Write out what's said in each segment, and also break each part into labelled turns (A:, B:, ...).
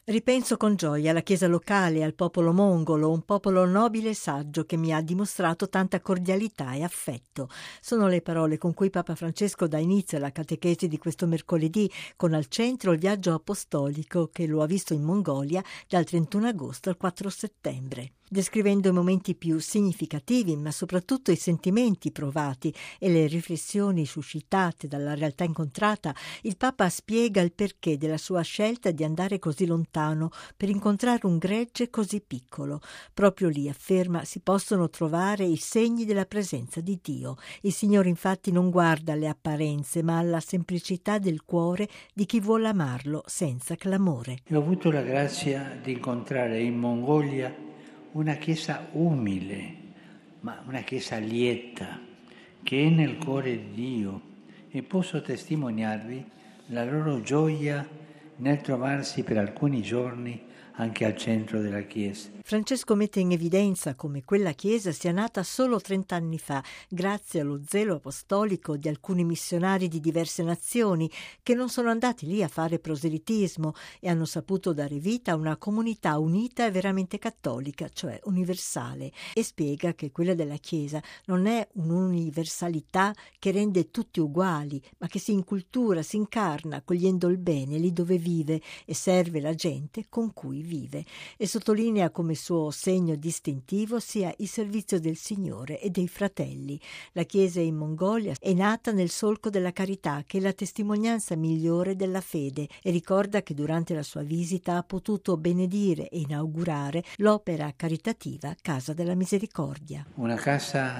A: Ripenso con gioia alla Chiesa locale e al popolo mongolo, un popolo nobile e saggio che mi ha dimostrato tanta cordialità e affetto. Sono le parole con cui Papa Francesco dà inizio alla catechesi di questo mercoledì, con al centro il viaggio apostolico che lo ha visto in Mongolia dal 31 agosto al 4 settembre. Descrivendo i momenti più significativi, ma soprattutto i sentimenti provati e le riflessioni suscitate dalla realtà incontrata, il Papa spiega il perché della sua scelta di andare così lontano per incontrare un gregge così piccolo. Proprio lì, afferma, si possono trovare i segni della presenza di Dio. Il Signore infatti non guarda alle apparenze, ma alla semplicità del cuore di chi vuole amarlo senza clamore.
B: Ho avuto la grazia di incontrare in Mongolia una chiesa umile, ma una chiesa lieta, che è nel cuore di Dio, e posso testimoniarvi la loro gioia nel trovarsi per alcuni giorni anche al centro della Chiesa.
A: Francesco mette in evidenza come quella Chiesa sia nata solo 30 anni fa, grazie allo zelo apostolico di alcuni missionari di diverse nazioni che non sono andati lì a fare proselitismo e hanno saputo dare vita a una comunità unita e veramente cattolica, cioè universale, e spiega che quella della Chiesa non è un'universalità che rende tutti uguali, ma che si incultura, si incarna, cogliendo il bene lì dove vive e serve la gente con cui vive, e sottolinea come suo segno distintivo sia il servizio del Signore e dei fratelli. La Chiesa in Mongolia è nata nel solco della carità, che è la testimonianza migliore della fede, e ricorda che durante la sua visita ha potuto benedire e inaugurare l'opera caritativa Casa della Misericordia.
B: Una casa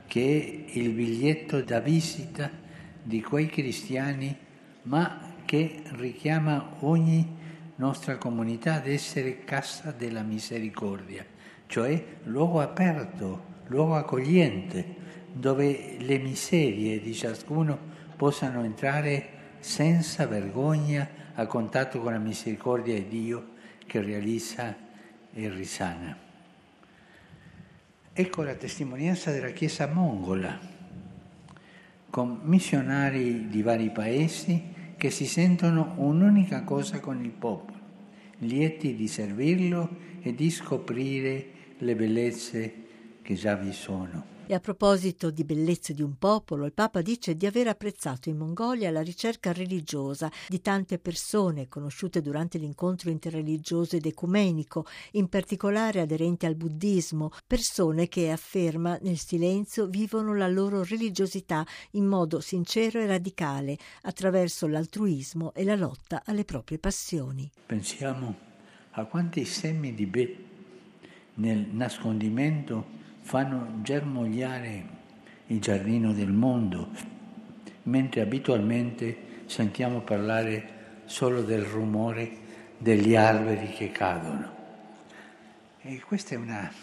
B: che è il biglietto da visita di quei cristiani, ma che richiama ogni nostra comunità ad essere casa della misericordia, cioè luogo aperto, luogo accogliente, dove le miserie di ciascuno possano entrare senza vergogna a contatto con la misericordia di Dio che realizza e risana. Ecco la testimonianza della Chiesa mongola, con missionari di vari paesi che si sentono un'unica cosa con il popolo, lieti di servirlo e di scoprire le bellezze che già vi sono.
A: E a proposito di bellezze di un popolo, il Papa dice di aver apprezzato in Mongolia la ricerca religiosa di tante persone conosciute durante l'incontro interreligioso ed ecumenico, in particolare aderenti al buddismo, persone che, afferma, nel silenzio vivono la loro religiosità in modo sincero e radicale, attraverso l'altruismo e la lotta alle proprie passioni.
B: Pensiamo a quanti semi di nel nascondimento fanno germogliare il giardino del mondo, mentre abitualmente sentiamo parlare solo del rumore degli alberi che cadono. E questa è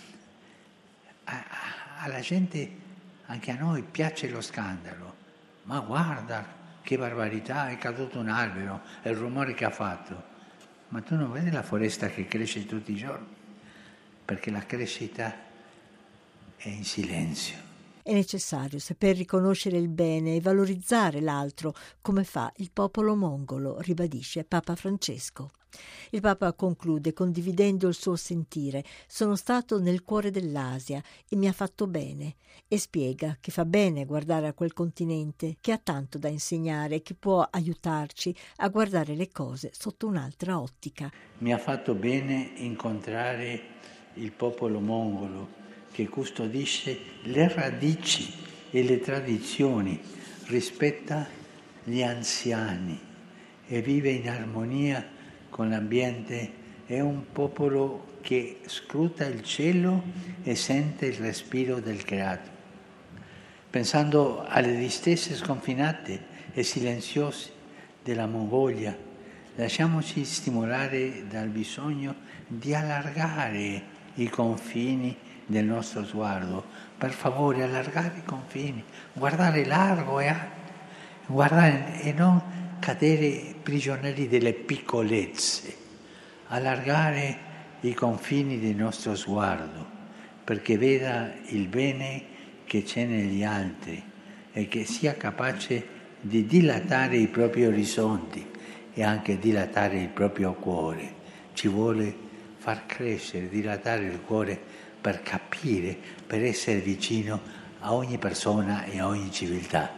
B: alla gente, anche a noi, piace lo scandalo. Ma guarda che barbarità, è caduto un albero, è il rumore che ha fatto. Ma tu non vedi la foresta che cresce tutti i giorni? Perché la crescita è in silenzio.
A: È necessario saper riconoscere il bene e valorizzare l'altro, come fa il popolo mongolo, ribadisce Papa Francesco. Il Papa conclude condividendo il suo sentire: sono stato nel cuore dell'Asia e mi ha fatto bene, e spiega che fa bene guardare a quel continente che ha tanto da insegnare e che può aiutarci a guardare le cose sotto un'altra ottica.
B: Mi ha fatto bene incontrare il popolo mongolo, che custodisce le radici e le tradizioni, rispetta gli anziani e vive in armonia con l'ambiente. È un popolo che scruta il cielo e sente il respiro del creato. Pensando alle distese sconfinate e silenziose della Mongolia, lasciamoci stimolare dal bisogno di allargare i confini del nostro sguardo. Per favore, allargare i confini, guardare largo guardare e non cadere prigionieri delle piccolezze, allargare i confini del nostro sguardo perché veda il bene che c'è negli altri e che sia capace di dilatare i propri orizzonti e anche dilatare il proprio cuore, ci vuole far crescere, dilatare il cuore per capire, per essere vicino a ogni persona e a ogni civiltà.